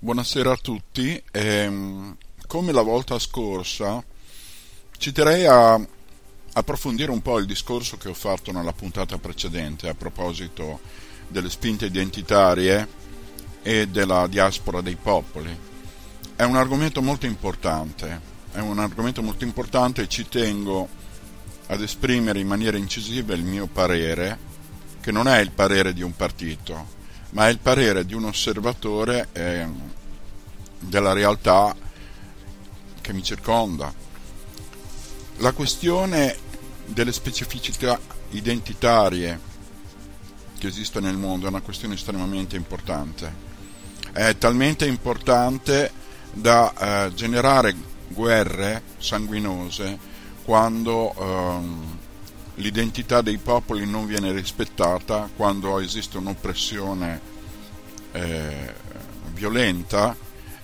Buonasera a tutti. Come la volta scorsa, ci terrei a approfondire un po' il discorso che ho fatto nella puntata precedente a proposito delle spinte identitarie e della diaspora dei popoli. È un argomento molto importante, e ci tengo ad esprimere in maniera incisiva il mio parere, che non è il parere di un partito, ma è il parere di un osservatore della realtà che mi circonda. La questione delle specificità identitarie che esistono nel mondo è una questione estremamente importante. È talmente importante da generare guerre sanguinose quando l'identità dei popoli non viene rispettata, quando esiste un'oppressione violenta,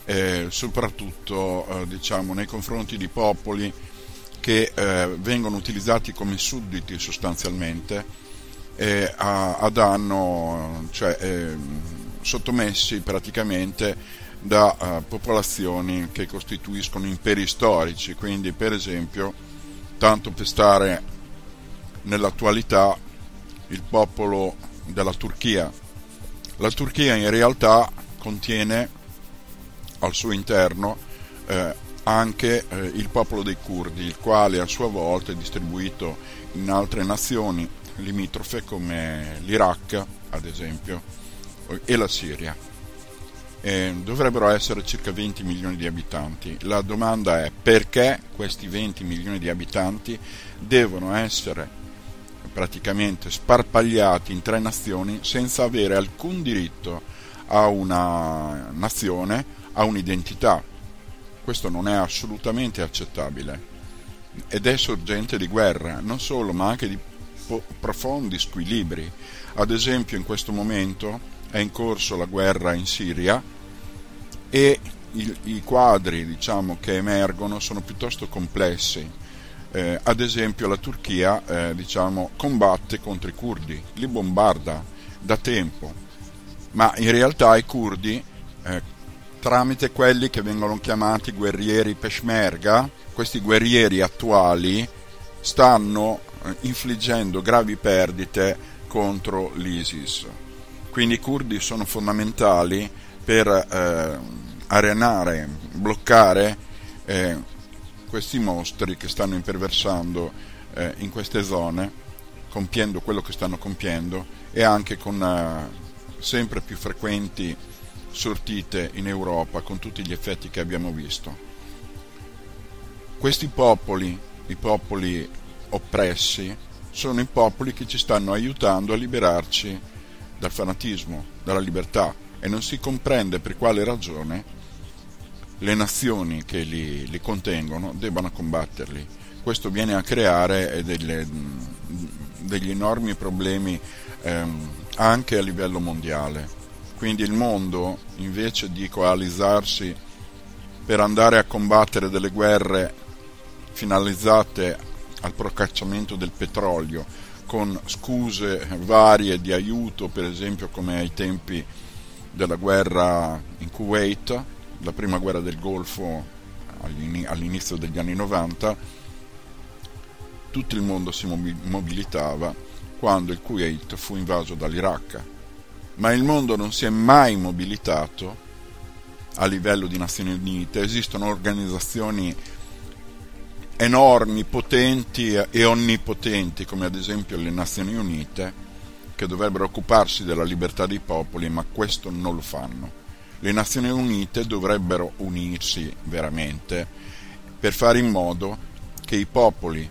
soprattutto nei confronti di popoli che vengono utilizzati come sudditi sostanzialmente, a danno, sottomessi praticamente da popolazioni che costituiscono imperi storici. Quindi, per esempio, tanto per stare nell'attualità, il popolo della Turchia. La Turchia in realtà contiene al suo interno anche il popolo dei curdi, il quale a sua volta è distribuito in altre nazioni limitrofe come l'Iraq, ad esempio, e la Siria. Dovrebbero essere circa 20 milioni di abitanti. La domanda è: perché questi 20 milioni di abitanti devono essere praticamente sparpagliati in 3 nazioni senza avere alcun diritto a una nazione, a un'identità? Questo non è assolutamente accettabile ed è sorgente di guerra, non solo, ma anche di profondi squilibri. Ad esempio, in questo momento è in corso la guerra in Siria e i quadri, che emergono sono piuttosto complessi. Ad esempio, la Turchia combatte contro i curdi, li bombarda da tempo, ma in realtà i curdi, tramite quelli che vengono chiamati guerrieri Peshmerga, questi guerrieri attuali stanno infliggendo gravi perdite contro l'ISIS. Quindi i curdi sono fondamentali per arenare, bloccare questi mostri che stanno imperversando in queste zone, compiendo quello che stanno compiendo, e anche con sempre più frequenti sortite in Europa, con tutti gli effetti che abbiamo visto. Questi popoli, i popoli oppressi, sono i popoli che ci stanno aiutando a liberarci dal fanatismo, dalla libertà, e non si comprende per quale ragione le nazioni che li contengono debbano combatterli. Questo viene a creare degli enormi problemi anche a livello mondiale. Quindi il mondo, invece di coalizzarsi per andare a combattere delle guerre finalizzate al procacciamento del petrolio, con scuse varie di aiuto, per esempio come ai tempi della guerra in Kuwait, la prima guerra del Golfo all'inizio degli anni 90, tutto il mondo si mobilitava quando il Kuwait fu invaso dall'Iraq, ma il mondo non si è mai mobilitato a livello di Nazioni Unite. Esistono organizzazioni enormi, potenti e onnipotenti, come ad esempio le Nazioni Unite, che dovrebbero occuparsi della libertà dei popoli, ma questo non lo fanno. Le Nazioni Unite dovrebbero unirsi veramente per fare in modo che i popoli,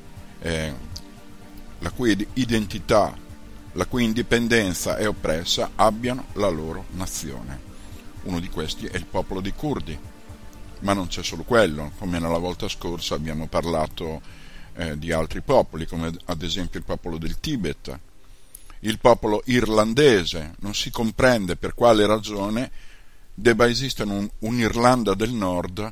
la cui identità, la cui indipendenza è oppressa, abbiano la loro nazione. Uno di questi è il popolo dei curdi, ma non c'è solo quello. Come nella volta scorsa abbiamo parlato di altri popoli, come ad esempio il popolo del Tibet, il popolo irlandese. Non si comprende per quale ragione debba esistere un'Irlanda del Nord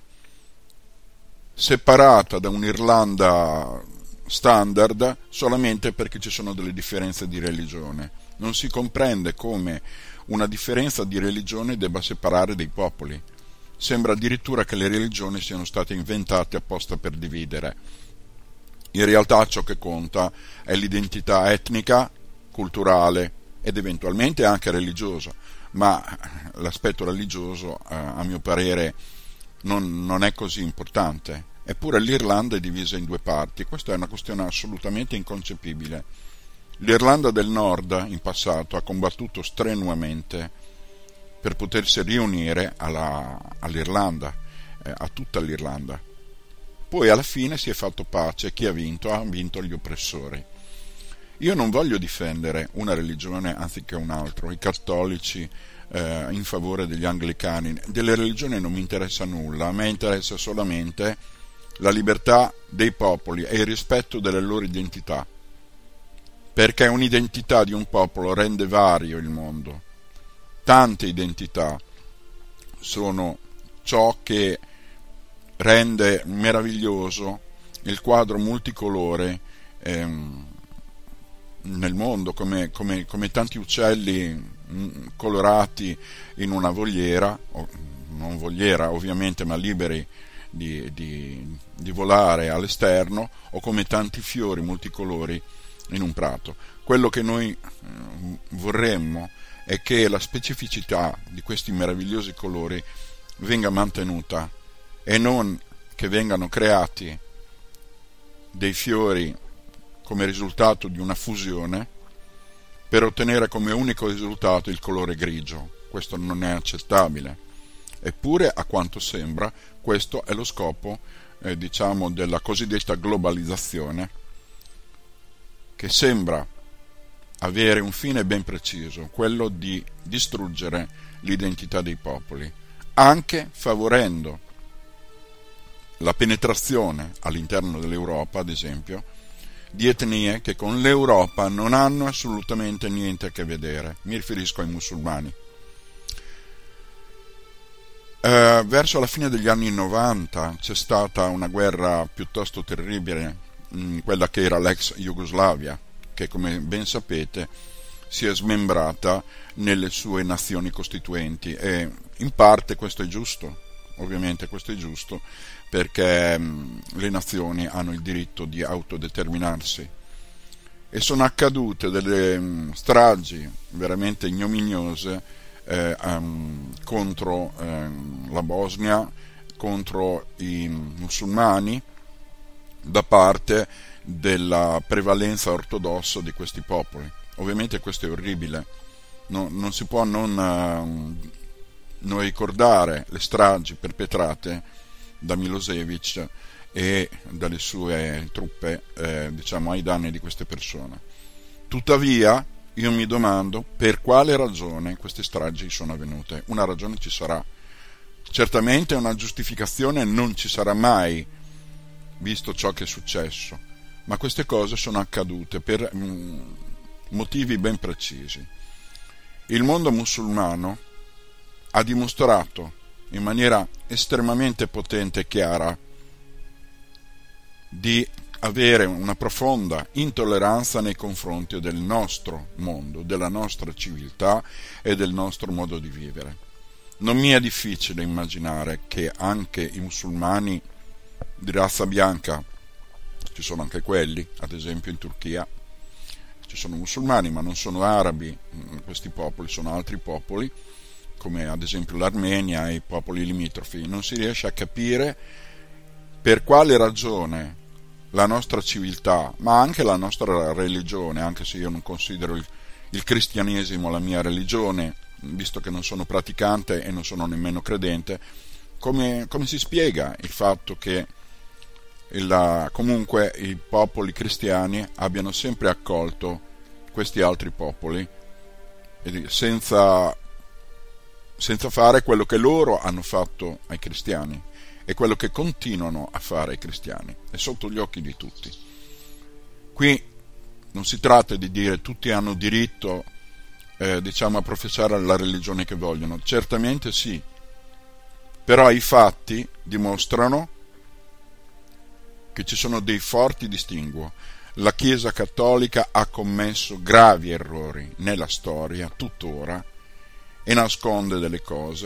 separata da un'Irlanda standard solamente perché ci sono delle differenze di religione. Non si comprende come una differenza di religione debba separare dei popoli. sembra addirittura che le religioni siano state inventate apposta per dividere. In realtà ciò che conta è l'identità etnica, culturale ed eventualmente anche religiosa, ma l'aspetto religioso, a mio parere, non è così importante. Eppure l'Irlanda è divisa in due parti. Questa è una questione assolutamente inconcepibile. L'Irlanda del Nord in passato ha combattuto strenuamente per potersi riunire all'Irlanda, a tutta l'Irlanda. Poi alla fine si è fatto pace, chi ha vinto gli oppressori. Io non voglio difendere una religione anziché un altro, i cattolici in favore degli anglicani. Delle religioni non mi interessa nulla, a me interessa solamente la libertà dei popoli e il rispetto delle loro identità, perché un'identità di un popolo rende vario il mondo. Tante identità sono ciò che rende meraviglioso il quadro multicolore nel mondo, come tanti uccelli colorati in una voliera, non voliera ovviamente, ma liberi di volare all'esterno, o come tanti fiori multicolori in un prato. Quello che noi vorremmo è che la specificità di questi meravigliosi colori venga mantenuta e non che vengano creati dei fiori come risultato di una fusione per ottenere come unico risultato il colore grigio. Questo non è accettabile. Eppure, a quanto sembra, questo è lo scopo, della cosiddetta globalizzazione, che sembra avere un fine ben preciso, quello di distruggere l'identità dei popoli, anche favorendo la penetrazione all'interno dell'Europa, ad esempio, di etnie che con l'Europa non hanno assolutamente niente a che vedere. Mi riferisco ai musulmani. Verso la fine degli anni 90 c'è stata una guerra piuttosto terribile, quella che era l'ex Jugoslavia, che come ben sapete si è smembrata nelle sue nazioni costituenti, e in parte questo è giusto, ovviamente questo è giusto, perché le nazioni hanno il diritto di autodeterminarsi, e sono accadute delle stragi veramente ignominiose contro la Bosnia, contro i musulmani, da parte della prevalenza ortodossa di questi popoli. Ovviamente questo è orribile, non si può non ricordare le stragi perpetrate da Milosevic e dalle sue truppe ai danni di queste persone. Tuttavia io mi domando per quale ragione queste stragi sono avvenute. Una ragione ci sarà, certamente una giustificazione non ci sarà mai, visto ciò che è successo, ma queste cose sono accadute per motivi ben precisi. Il mondo musulmano ha dimostrato in maniera estremamente potente e chiara di avere una profonda intolleranza nei confronti del nostro mondo, della nostra civiltà e del nostro modo di vivere. Non mi è difficile immaginare che anche i musulmani di razza bianca, ci sono anche quelli, ad esempio in Turchia ci sono musulmani ma non sono arabi, questi popoli sono altri popoli, come ad esempio l'Armenia e i popoli limitrofi. Non si riesce a capire per quale ragione la nostra civiltà, ma anche la nostra religione, anche se io non considero il cristianesimo la mia religione, visto che non sono praticante e non sono nemmeno credente, come si spiega il fatto che comunque i popoli cristiani abbiano sempre accolto questi altri popoli senza fare quello che loro hanno fatto ai cristiani e quello che continuano a fare ai cristiani, è sotto gli occhi di tutti. Qui non si tratta di dire tutti hanno diritto a professare la religione che vogliono, certamente sì, però i fatti dimostrano che ci sono dei forti distinguo. La Chiesa cattolica ha commesso gravi errori nella storia tuttora e nasconde delle cose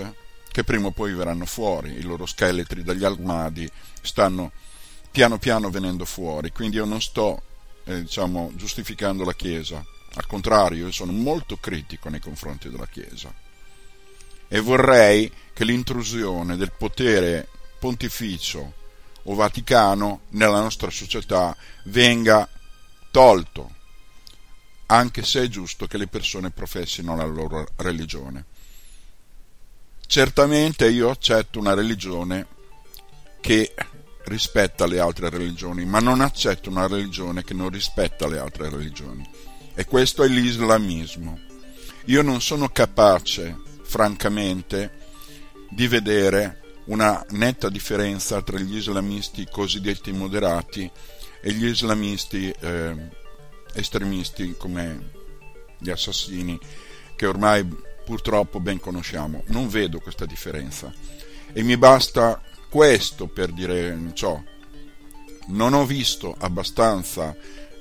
che prima o poi verranno fuori, i loro scheletri dagli armadi stanno piano piano venendo fuori, quindi io non sto giustificando la Chiesa, al contrario, io sono molto critico nei confronti della Chiesa e vorrei che l'intrusione del potere pontificio o vaticano nella nostra società venga tolto, anche se è giusto che le persone professino la loro religione. Certamente io accetto una religione che rispetta le altre religioni, ma non accetto una religione che non rispetta le altre religioni, e questo è l'islamismo. Io non sono capace, francamente, di vedere una netta differenza tra gli islamisti cosiddetti moderati e gli islamisti estremisti come gli assassini, che ormai purtroppo ben conosciamo. Non vedo questa differenza e mi basta questo per dire ciò. Non ho visto abbastanza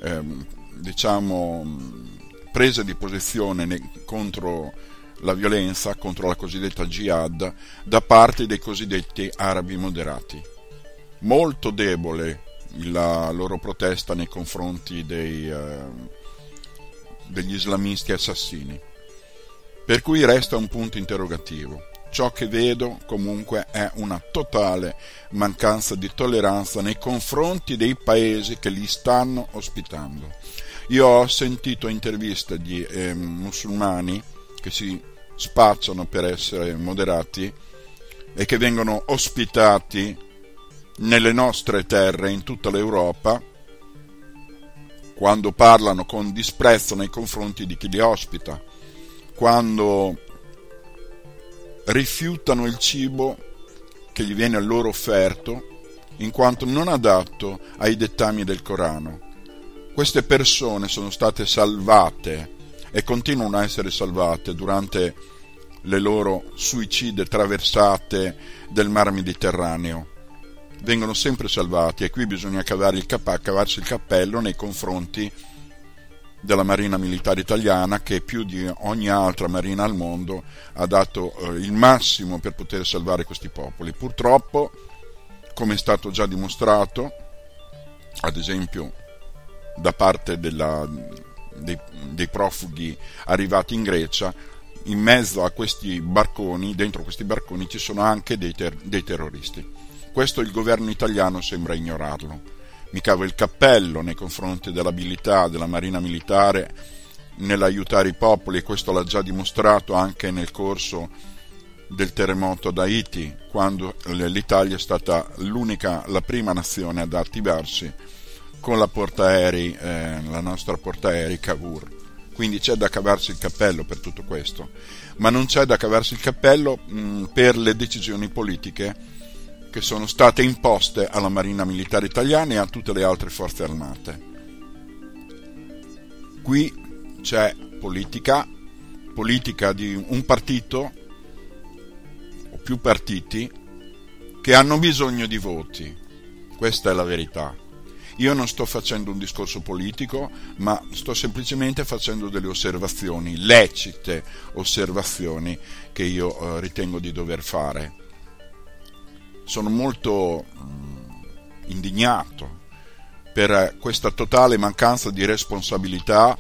prese di posizione contro la violenza, contro la cosiddetta jihad da parte dei cosiddetti arabi moderati. Molto debole la loro protesta nei confronti degli islamisti assassini, per cui resta un punto interrogativo. Ciò che vedo comunque è una totale mancanza di tolleranza nei confronti dei paesi che li stanno ospitando. Io ho sentito interviste di musulmani che si spacciano per essere moderati e che vengono ospitati nelle nostre terre in tutta l'Europa, quando parlano con disprezzo nei confronti di chi li ospita, quando rifiutano il cibo che gli viene loro offerto in quanto non adatto ai dettami del Corano. Queste persone sono state salvate e continuano a essere salvate durante le loro suicide traversate del Mar Mediterraneo. Vengono sempre salvati e qui bisogna cavarsi il cappello nei confronti della Marina Militare Italiana, che più di ogni altra marina al mondo ha dato il massimo per poter salvare questi popoli. Purtroppo, come è stato già dimostrato, ad esempio da parte dei profughi arrivati in Grecia, in mezzo a questi barconi, dentro questi barconi ci sono anche dei terroristi. Questo il governo italiano sembra ignorarlo. Mi cavo il cappello nei confronti dell'abilità della Marina Militare nell'aiutare i popoli, e questo l'ha già dimostrato anche nel corso del terremoto ad Haiti, quando l'Italia è stata la prima nazione ad attivarsi con la portaerei, la nostra portaerei Cavour. Quindi c'è da cavarsi il cappello per tutto questo, ma non c'è da cavarsi il cappello per le decisioni politiche che sono state imposte alla Marina Militare Italiana e a tutte le altre forze armate. Qui c'è politica di un partito o più partiti che hanno bisogno di voti. Questa è la verità. Io non sto facendo un discorso politico, ma sto semplicemente facendo delle osservazioni, lecite osservazioni che io ritengo di dover fare. Sono molto indignato per questa totale mancanza di responsabilità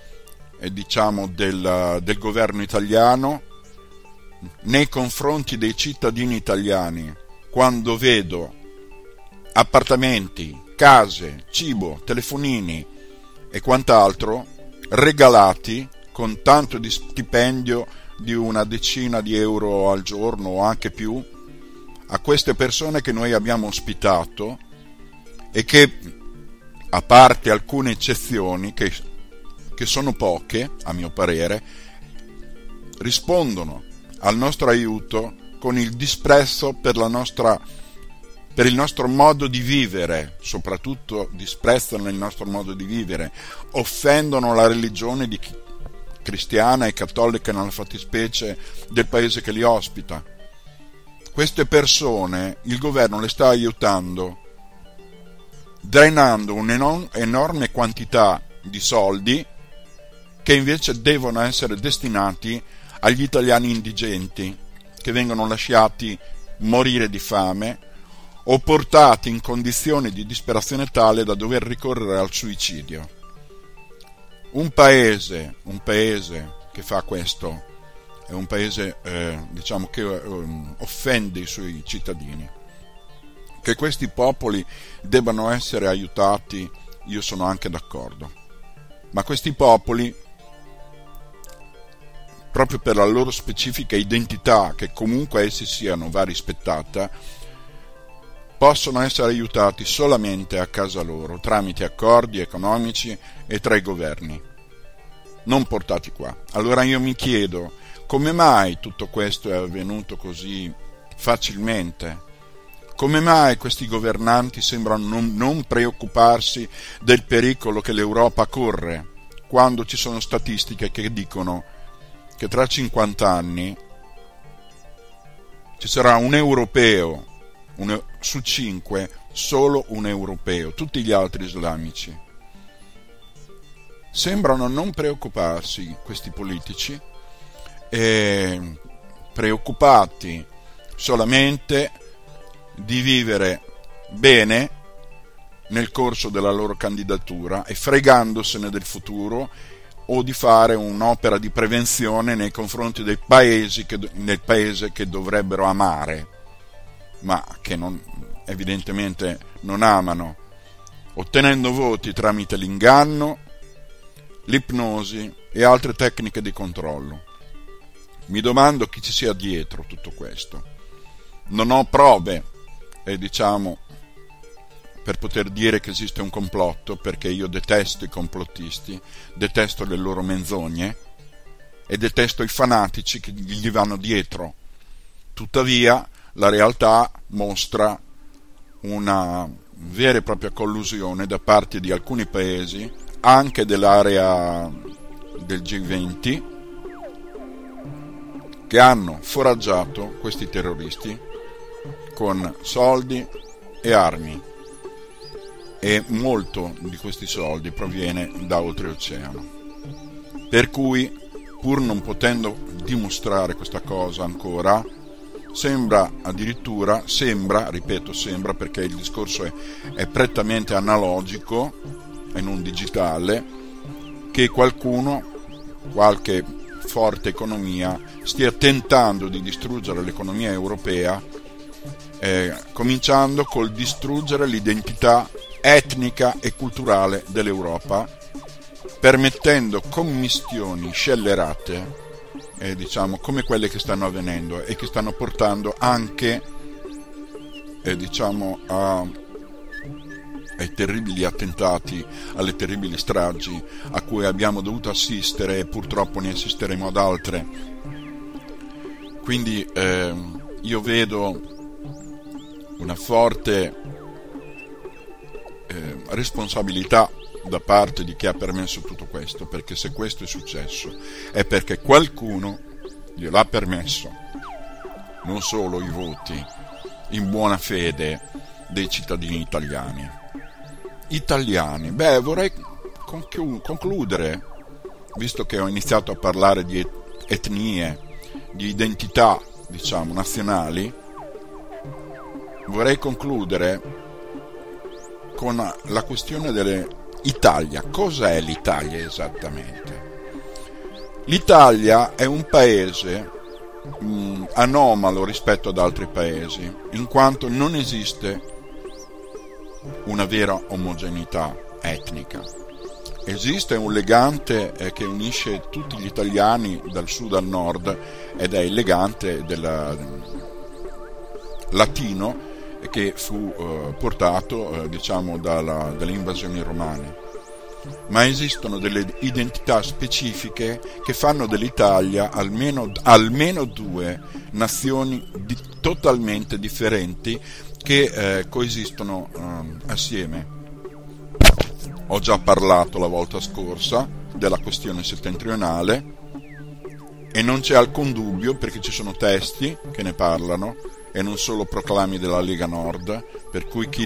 del governo italiano nei confronti dei cittadini italiani, quando vedo appartamenti, case, cibo, telefonini e quant'altro regalati con tanto di stipendio di una decina di euro al giorno o anche più a queste persone che noi abbiamo ospitato e che, a parte alcune eccezioni che sono poche a mio parere, rispondono al nostro aiuto con il disprezzo per il nostro modo di vivere, soprattutto disprezzano il nostro modo di vivere, offendono la religione cristiana e cattolica nella fattispecie del paese che li ospita. Queste persone il governo le sta aiutando drenando un'enorme quantità di soldi che invece devono essere destinati agli italiani indigenti che vengono lasciati morire di fame o portati in condizioni di disperazione tale da dover ricorrere al suicidio. Un paese che fa questo è un paese che offende i suoi cittadini. Che questi popoli debbano essere aiutati, io sono anche d'accordo, ma questi popoli, proprio per la loro specifica identità, che comunque essi siano, va rispettata, possono essere aiutati solamente a casa loro, tramite accordi economici e tra i governi, non portati qua. Allora io mi chiedo, come mai tutto questo è avvenuto così facilmente? Come mai questi governanti sembrano non preoccuparsi del pericolo che l'Europa corre, quando ci sono statistiche che dicono che tra 50 anni ci sarà un europeo, su 5, solo un europeo, tutti gli altri islamici. Sembrano non preoccuparsi questi politici, preoccupati solamente di vivere bene nel corso della loro candidatura e fregandosene del futuro, o di fare un'opera di prevenzione nei confronti del paese che dovrebbero amare, ma che evidentemente non amano, ottenendo voti tramite l'inganno, l'ipnosi e altre tecniche di controllo. Mi domando chi ci sia dietro tutto questo. Non ho prove, per poter dire che esiste un complotto, perché io detesto i complottisti, detesto le loro menzogne e detesto i fanatici che gli vanno dietro. Tuttavia la realtà mostra una vera e propria collusione da parte di alcuni paesi, anche dell'area del G20, che hanno foraggiato questi terroristi con soldi e armi, e molto di questi soldi proviene da oltreoceano. Per cui, pur non potendo dimostrare questa cosa ancora, sembra perché il discorso è prettamente analogico e non digitale, che qualche forte economia stia tentando di distruggere l'economia europea, cominciando col distruggere l'identità etnica e culturale dell'Europa, permettendo commistioni scellerate, come quelle che stanno avvenendo e che stanno portando anche ai terribili attentati, alle terribili stragi a cui abbiamo dovuto assistere, e purtroppo ne assisteremo ad altre. Quindi io vedo una forte responsabilità da parte di chi ha permesso tutto questo, perché se questo è successo è perché qualcuno gliel'ha permesso, non solo i voti in buona fede dei cittadini italiani. Vorrei concludere, visto che ho iniziato a parlare di etnie, di identità nazionali, vorrei concludere con la questione dell'Italia. Cosa è l'Italia esattamente? L'Italia è un paese anomalo rispetto ad altri paesi, in quanto non esiste una vera omogeneità etnica. Esiste un legante che unisce tutti gli italiani dal sud al nord, ed è il legante latino, che fu portato dalle invasioni romane. Ma esistono delle identità specifiche che fanno dell'Italia almeno due nazioni totalmente differenti che coesistono assieme. Ho già parlato la volta scorsa della questione settentrionale e non c'è alcun dubbio, perché ci sono testi che ne parlano e non solo proclami della Lega Nord, per cui chi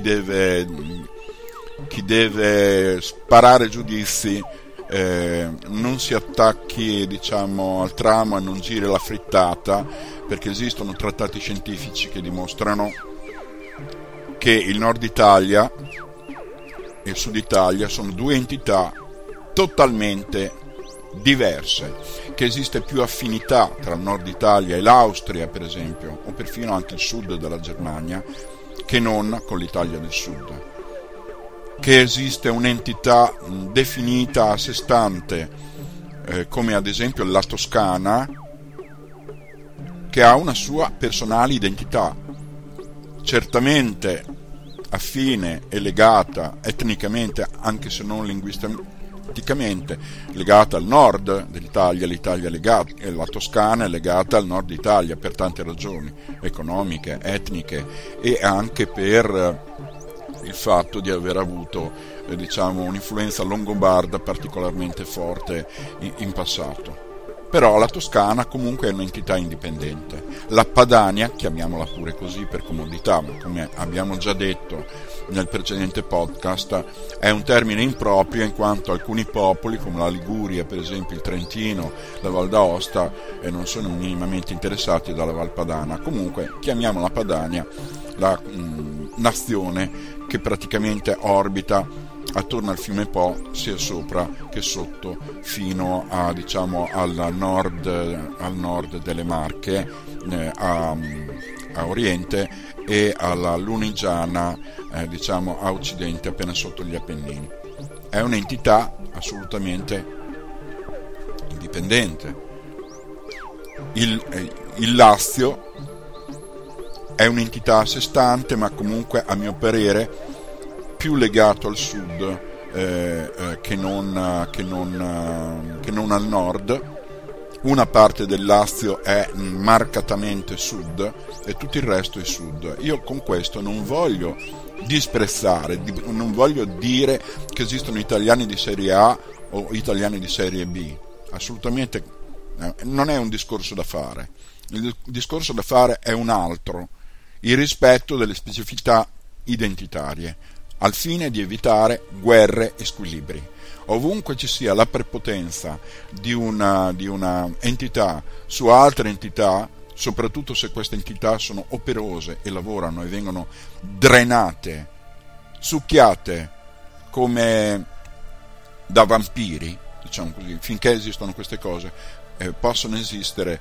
deve sparare giudizi non si attacchi al tramo e non giri la frittata, perché esistono trattati scientifici che dimostrano che il Nord Italia e il Sud Italia sono due entità totalmente diverse, che esiste più affinità tra il Nord Italia e l'Austria, per esempio, o perfino anche il sud della Germania, che non con l'Italia del Sud, che esiste un'entità definita a sé stante, come ad esempio la Toscana, che ha una sua personale identità, certamente affine e legata etnicamente, anche se non linguisticamente, legata al nord dell'Italia. L'Italia è legata, e la Toscana è legata al nord Italia per tante ragioni economiche, etniche, e anche per il fatto di aver avuto un'influenza longobarda particolarmente forte in passato. Però la Toscana comunque è un'entità indipendente. La Padania, chiamiamola pure così per comodità, ma come abbiamo già detto nel precedente podcast, è un termine improprio in quanto alcuni popoli, come la Liguria, per esempio il Trentino, la Val d'Aosta, non sono minimamente interessati dalla Val Padana. Comunque chiamiamola Padania la nazione che praticamente orbita attorno al fiume Po, sia sopra che sotto, fino a, al nord delle Marche, a oriente, e alla Lunigiana, a occidente, appena sotto gli Appennini. È un'entità assolutamente indipendente. Il Lazio è un'entità a sé stante, ma comunque, a mio parere, più legato al sud che non al nord. Una parte del Lazio è marcatamente sud e tutto il resto è sud. Io con questo non voglio disprezzare, non voglio dire che esistono italiani di serie A o italiani di serie B. Assolutamente non è un discorso da fare. Il discorso da fare è un altro: il rispetto delle specificità identitarie, al fine di evitare guerre e squilibri. Ovunque ci sia la prepotenza di una entità su altre entità, soprattutto se queste entità sono operose e lavorano e vengono drenate, succhiate come da vampiri, diciamo così, finché esistono queste cose, possono esistere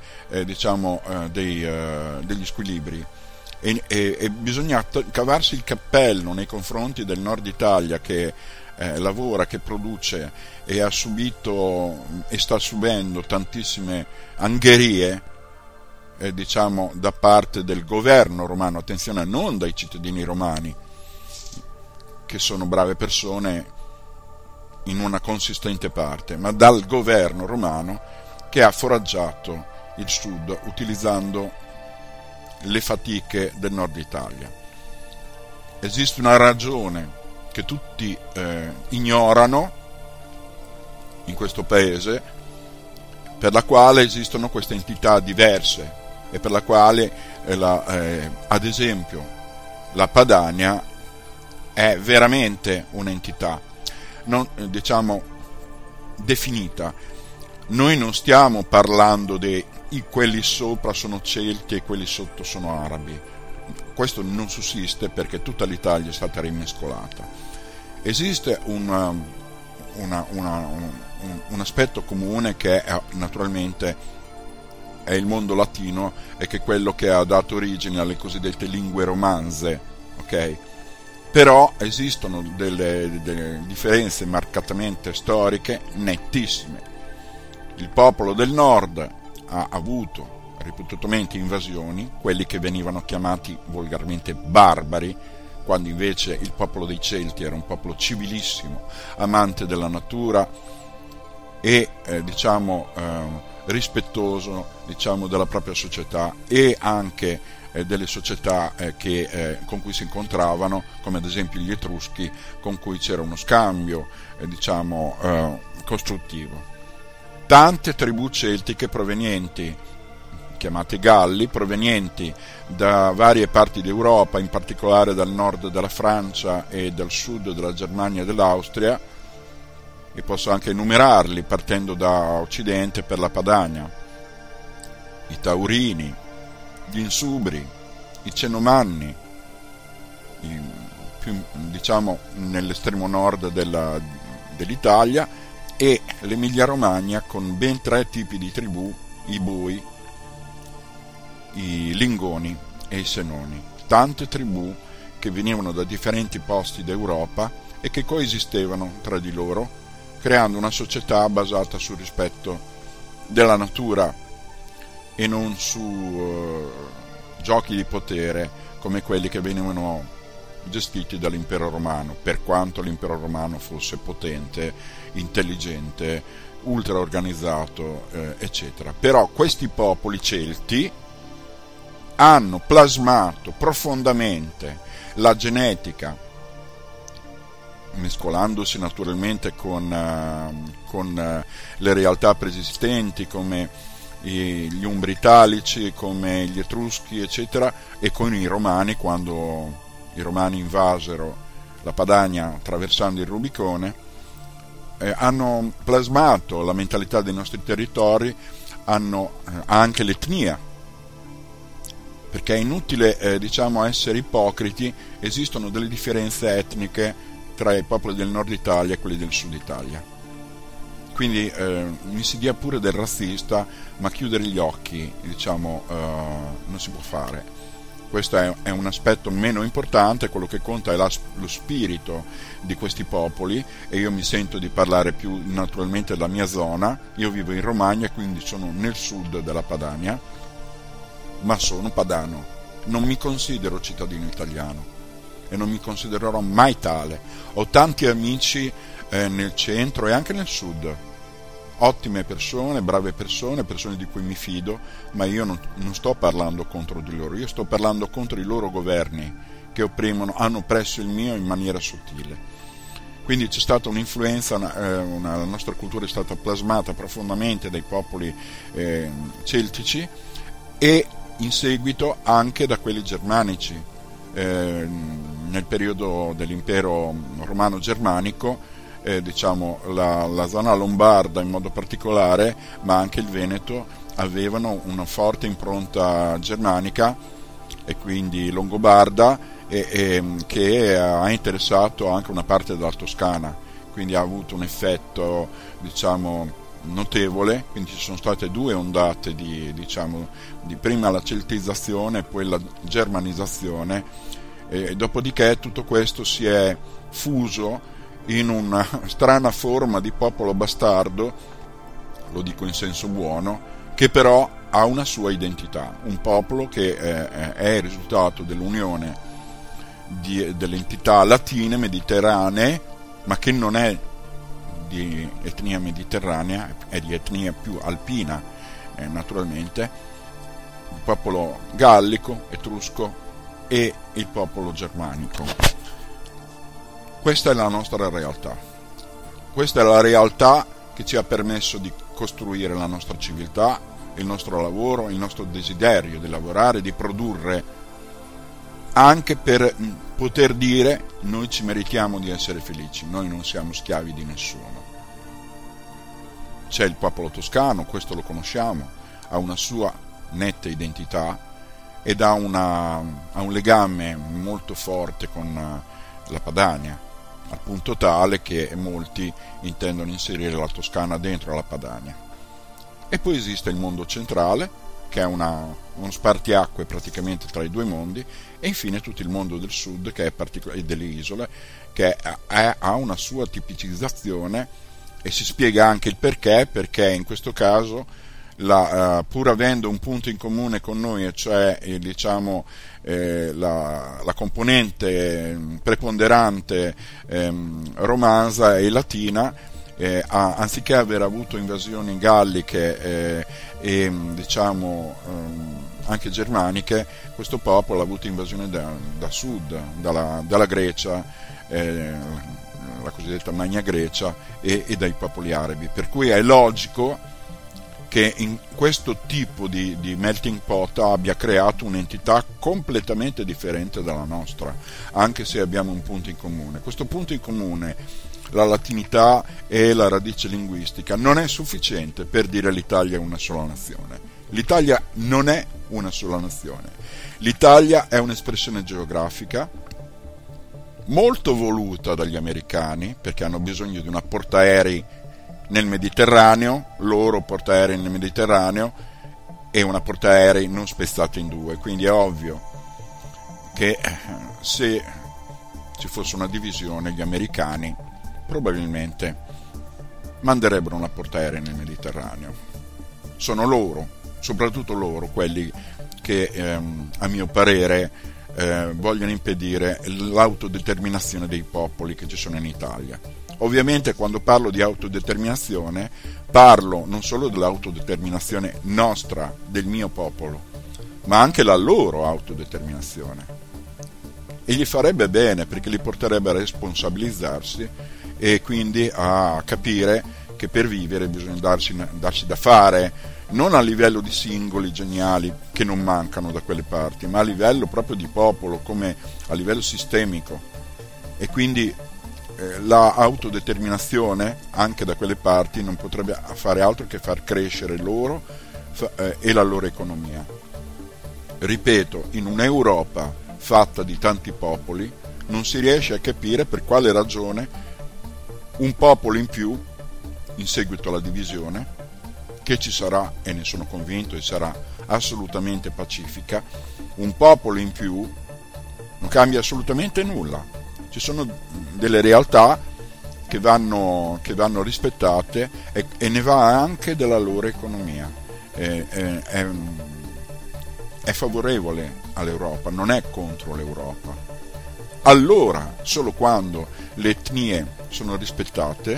degli squilibri. E bisogna cavarsi il cappello nei confronti del Nord Italia, che lavora, che produce e ha subito e sta subendo tantissime angherie da parte del governo romano. Attenzione, non dai cittadini romani, che sono brave persone in una consistente parte, ma dal governo romano, che ha foraggiato il sud utilizzando le fatiche del Nord Italia. Esiste una ragione che tutti ignorano in questo paese, per la quale esistono queste entità diverse e per la quale ad esempio la Padania è veramente un'entità definita. Noi non stiamo parlando di quelli sopra sono celti e quelli sotto sono arabi. Questo non sussiste, perché tutta l'Italia è stata rimescolata. Esiste un aspetto comune, che è, naturalmente è il mondo latino, e che è quello che ha dato origine alle cosiddette lingue romanze, ok? Però esistono delle differenze marcatamente storiche nettissime. Il popolo del nord ha avuto ripetutamente invasioni, quelli che venivano chiamati volgarmente barbari, quando invece il popolo dei Celti era un popolo civilissimo, amante della natura e rispettoso della propria società, e anche delle società con cui si incontravano, come ad esempio gli Etruschi, con cui c'era uno scambio costruttivo. Tante tribù celtiche chiamate Galli, provenienti da varie parti d'Europa, in particolare dal nord della Francia e dal sud della Germania e dell'Austria, e posso anche enumerarli partendo da occidente per la Padania: i Taurini, gli Insubri, i Cenomanni, diciamo nell'estremo nord dell'Italia, e l'Emilia Romagna con ben 3 tipi di tribù: i Bui, i Lingoni e i Senoni. Tante tribù che venivano da differenti posti d'Europa e che coesistevano tra di loro, creando una società basata sul rispetto della natura e non su giochi di potere come quelli che venivano gestiti dall'impero romano, per quanto l'impero romano fosse potente, intelligente, ultra organizzato, eccetera. Però questi popoli celti hanno plasmato profondamente la genetica, mescolandosi naturalmente con le realtà preesistenti come gli Umbri italici, come gli Etruschi, eccetera, e con i Romani, quando i Romani invasero la Padania attraversando il Rubicone. Hanno plasmato la mentalità dei nostri territori, hanno anche l'etnia, perché è inutile essere ipocriti, esistono delle differenze etniche tra i popoli del nord Italia e quelli del sud Italia. Quindi mi si dia pure del razzista, ma chiudere gli occhi non si può fare. Questo è un aspetto meno importante. Quello che conta è lo spirito di questi popoli, e io mi sento di parlare più naturalmente della mia zona. Io vivo in Romagna, quindi sono nel sud della Padania, ma sono padano, non mi considero cittadino italiano e non mi considererò mai tale. Ho tanti amici nel centro e anche nel sud, ottime persone, brave persone di cui mi fido, ma io non sto parlando contro di loro, io sto parlando contro i loro governi che opprimono, hanno oppresso il mio in maniera sottile. Quindi c'è stata un'influenza, la nostra cultura è stata plasmata profondamente dai popoli celtici e in seguito anche da quelli germanici. Nel periodo dell'impero romano germanico, la zona lombarda in modo particolare, ma anche il Veneto, avevano una forte impronta germanica e quindi longobarda, che ha interessato anche una parte della Toscana, quindi ha avuto un effetto notevole. Quindi ci sono state 2 ondate di prima la celtizzazione e poi la germanizzazione, e dopodiché tutto questo si è fuso in una strana forma di popolo bastardo, lo dico in senso buono, che però ha una sua identità, un popolo che è il risultato dell'unione delle entità latine mediterranee, ma che non è di etnia mediterranea, è di etnia più alpina, naturalmente, il popolo gallico, etrusco e il popolo germanico. Questa è la nostra realtà, questa è la realtà che ci ha permesso di costruire la nostra civiltà, il nostro lavoro, il nostro desiderio di lavorare, di produrre, anche per poter dire: noi ci meritiamo di essere felici, noi non siamo schiavi di nessuno. C'è il popolo toscano, questo lo conosciamo, ha una sua netta identità ed ha un legame molto forte con la Padania, al punto tale che molti intendono inserire la Toscana dentro la Padania. E poi esiste il mondo centrale, che è uno spartiacque praticamente tra i 2 mondi, e infine tutto il mondo del sud, che è e delle isole, che ha una sua tipicizzazione, e si spiega anche il perché in questo caso, pur avendo un punto in comune con noi, e cioè la componente preponderante romanza e latina, anziché aver avuto invasioni galliche anche germaniche, questo popolo ha avuto invasioni da sud, dalla Grecia, la cosiddetta Magna Grecia, e dai popoli arabi, per cui è logico che in questo tipo di melting pot abbia creato un'entità completamente differente dalla nostra, anche se abbiamo un punto in comune. Questo punto in comune, la latinità e la radice linguistica, non è sufficiente per dire l'Italia è una sola nazione. L'Italia non è una sola nazione. L'Italia è un'espressione geografica molto voluta dagli americani, perché hanno bisogno di una portaerei nel Mediterraneo, loro portaerei nel Mediterraneo e una portaerei non spezzata in due, quindi è ovvio che se ci fosse una divisione gli americani probabilmente manderebbero una portaerei nel Mediterraneo. Sono loro, soprattutto loro, quelli che a mio parere vogliono impedire l'autodeterminazione dei popoli che ci sono in Italia. Ovviamente quando parlo di autodeterminazione parlo non solo dell'autodeterminazione nostra, del mio popolo, ma anche la loro autodeterminazione. E gli farebbe bene, perché li porterebbe a responsabilizzarsi e quindi a capire che per vivere bisogna darsi da fare, non a livello di singoli geniali che non mancano da quelle parti, ma a livello proprio di popolo, come a livello sistemico. E quindi la autodeterminazione anche da quelle parti non potrebbe fare altro che far crescere loro e la loro economia. Ripeto, in un'Europa fatta di tanti popoli non si riesce a capire per quale ragione un popolo in più, in seguito alla divisione, che ci sarà, e ne sono convinto, e sarà assolutamente pacifica, un popolo in più non cambia assolutamente nulla. Ci sono delle realtà che vanno rispettate e ne va anche della loro economia. È favorevole all'Europa, non è contro l'Europa. Allora, solo quando le etnie sono rispettate,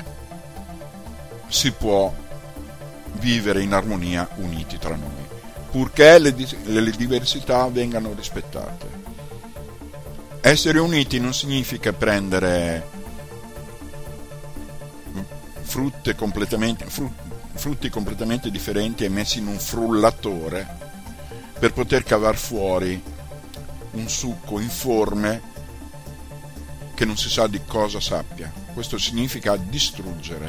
si può vivere in armonia uniti tra noi, purché le diversità vengano rispettate. Essere uniti non significa prendere frutti completamente differenti e messi in un frullatore per poter cavar fuori un succo informe che non si sa di cosa sappia. Questo significa distruggere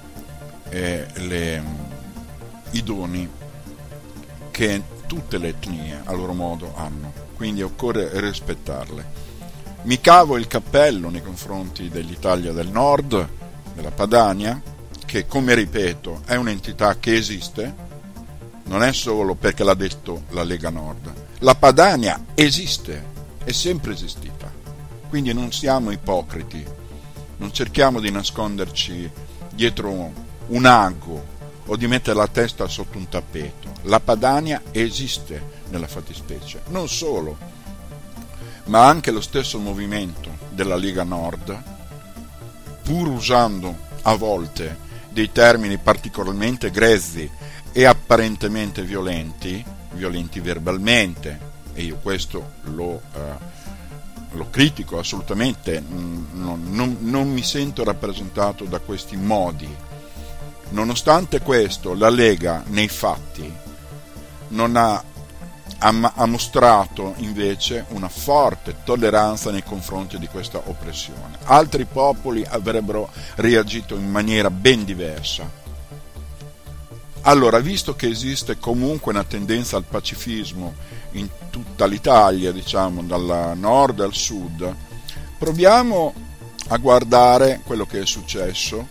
i doni che tutte le etnie a loro modo hanno, quindi occorre rispettarle. Mi cavo il cappello nei confronti dell'Italia del Nord, della Padania, che, come ripeto, è un'entità che esiste, non è solo perché l'ha detto la Lega Nord. La Padania esiste, è sempre esistita, quindi non siamo ipocriti, non cerchiamo di nasconderci dietro un ago o di mettere la testa sotto un tappeto. La Padania esiste nella fattispecie, non solo, ma anche lo stesso movimento della Lega Nord, pur usando a volte dei termini particolarmente grezzi e apparentemente violenti verbalmente, e io questo lo critico assolutamente, non mi sento rappresentato da questi modi. Nonostante questo, la Lega nei fatti non ha mostrato invece una forte tolleranza nei confronti di questa oppressione. Altri popoli avrebbero reagito in maniera ben diversa. Allora, visto che esiste comunque una tendenza al pacifismo in tutta l'Italia, diciamo dal nord al sud, proviamo a guardare quello che è successo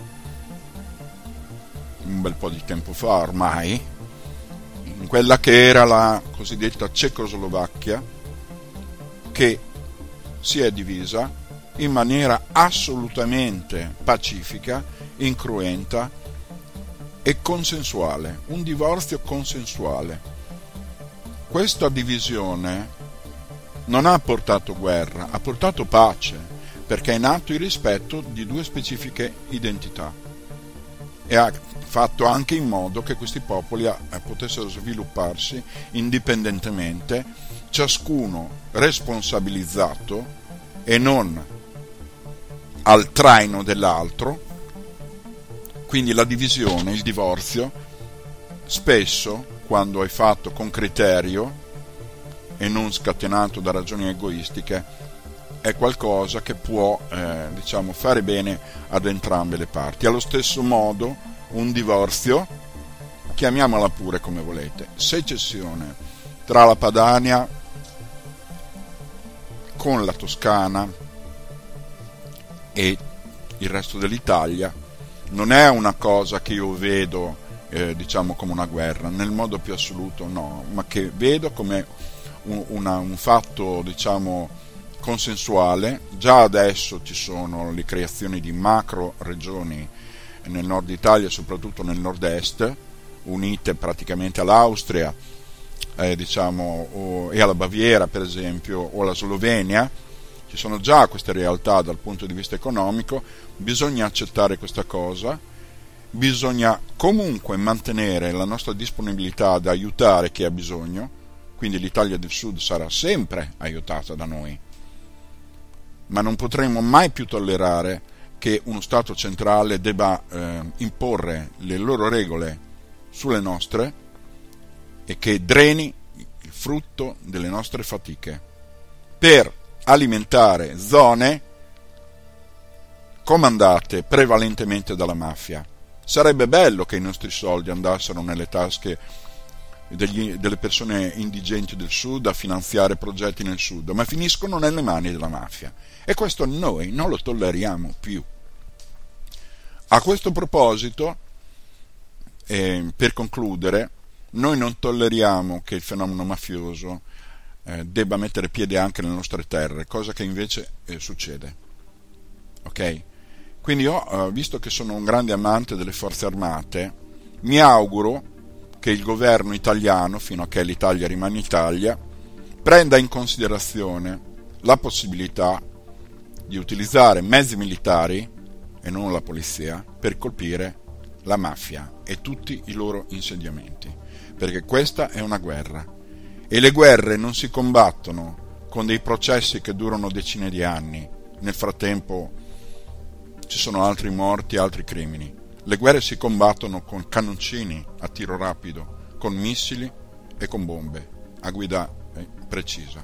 un bel po' di tempo fa ormai, in quella che era la cosiddetta Cecoslovacchia, che si è divisa in maniera assolutamente pacifica, incruenta e consensuale, un divorzio consensuale. Questa divisione non ha portato guerra, ha portato pace, perché è nato il rispetto di due specifiche identità e ha fatto anche in modo che questi popoli potessero svilupparsi indipendentemente, ciascuno responsabilizzato e non al traino dell'altro. Quindi la divisione, il divorzio, spesso, quando è fatto con criterio e non scatenato da ragioni egoistiche, è qualcosa che può fare bene ad entrambe le parti. Allo stesso modo un divorzio, chiamiamola pure come volete, secessione tra la Padania con la Toscana e il resto dell'Italia non è una cosa che io vedo diciamo come una guerra, nel modo più assoluto no, ma che vedo come un fatto diciamo consensuale. Già adesso ci sono le creazioni di macro regioni nel nord Italia, soprattutto nel nord-est, unite praticamente all'Austria diciamo, e alla Baviera per esempio, o alla Slovenia. Ci sono già queste realtà dal punto di vista economico. Bisogna accettare questa cosa, bisogna comunque mantenere la nostra disponibilità ad aiutare chi ha bisogno, quindi l'Italia del Sud sarà sempre aiutata da noi, ma non potremo mai più tollerare che uno Stato centrale debba imporre le loro regole sulle nostre e che dreni il frutto delle nostre fatiche per alimentare zone comandate prevalentemente dalla mafia. Sarebbe bello che i nostri soldi andassero nelle tasche delle persone indigenti del Sud a finanziare progetti nel Sud, ma finiscono nelle mani della mafia, e questo noi non lo tolleriamo più. A questo proposito, per concludere, noi non tolleriamo che il fenomeno mafioso debba mettere piede anche nelle nostre terre, cosa che invece succede. Ok? Quindi io, visto che sono un grande amante delle forze armate, mi auguro che il governo italiano, fino a che l'Italia rimane Italia, prenda in considerazione la possibilità di utilizzare mezzi militari e non la polizia per colpire la mafia e tutti i loro insediamenti, perché questa è una guerra e le guerre non si combattono con dei processi che durano decine di anni. Nel frattempo ci sono altri morti, altri crimini. Le guerre si combattono con cannoncini a tiro rapido, con missili e con bombe a guida precisa.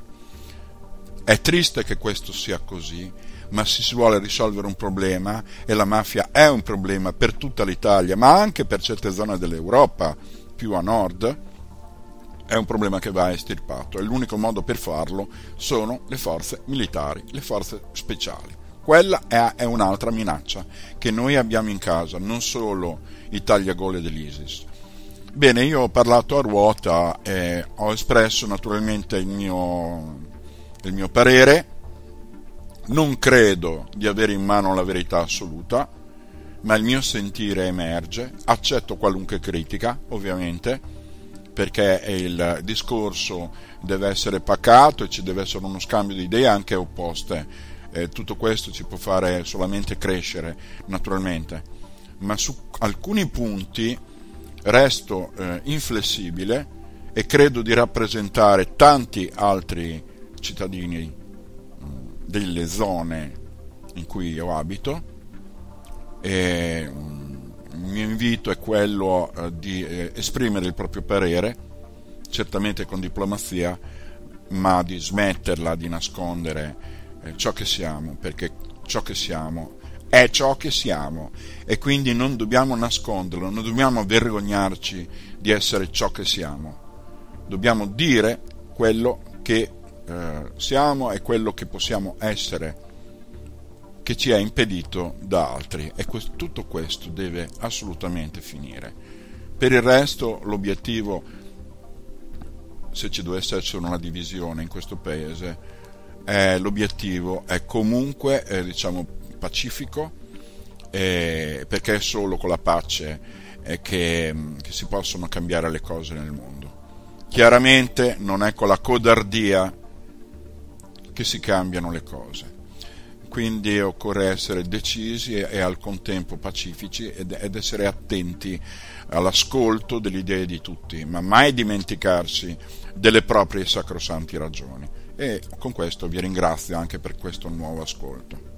È triste che questo sia così, ma se si vuole risolvere un problema, e la mafia è un problema per tutta l'Italia, ma anche per certe zone dell'Europa più a nord, è un problema che va estirpato, e l'unico modo per farlo sono le forze militari, le forze speciali. Quella è un'altra minaccia che noi abbiamo in casa, non solo i tagliagole dell'ISIS. Bene, io ho parlato a ruota e ho espresso naturalmente il mio parere. Non credo di avere in mano la verità assoluta, ma il mio sentire emerge. Accetto qualunque critica, ovviamente, perché il discorso deve essere pacato e ci deve essere uno scambio di idee anche opposte. Tutto questo ci può fare solamente crescere, naturalmente, ma su alcuni punti resto inflessibile e credo di rappresentare tanti altri cittadini delle zone in cui io abito, e il mio invito è quello di esprimere il proprio parere, certamente con diplomazia, ma di smetterla di nascondere ciò che siamo, perché ciò che siamo è ciò che siamo, e quindi non dobbiamo nasconderlo, non dobbiamo vergognarci di essere ciò che siamo. Dobbiamo dire quello che siamo e quello che possiamo essere, che ci è impedito da altri, e tutto questo deve assolutamente finire. Per il resto, l'obiettivo, se ci dovesse essere una divisione in questo paese, l'obiettivo è comunque diciamo pacifico, perché è solo con la pace che si possono cambiare le cose nel mondo. Chiaramente non è con la codardia che si cambiano le cose, quindi occorre essere decisi e al contempo pacifici ed essere attenti all'ascolto delle idee di tutti, ma mai dimenticarsi delle proprie sacrosanti ragioni. E con questo vi ringrazio anche per questo nuovo ascolto.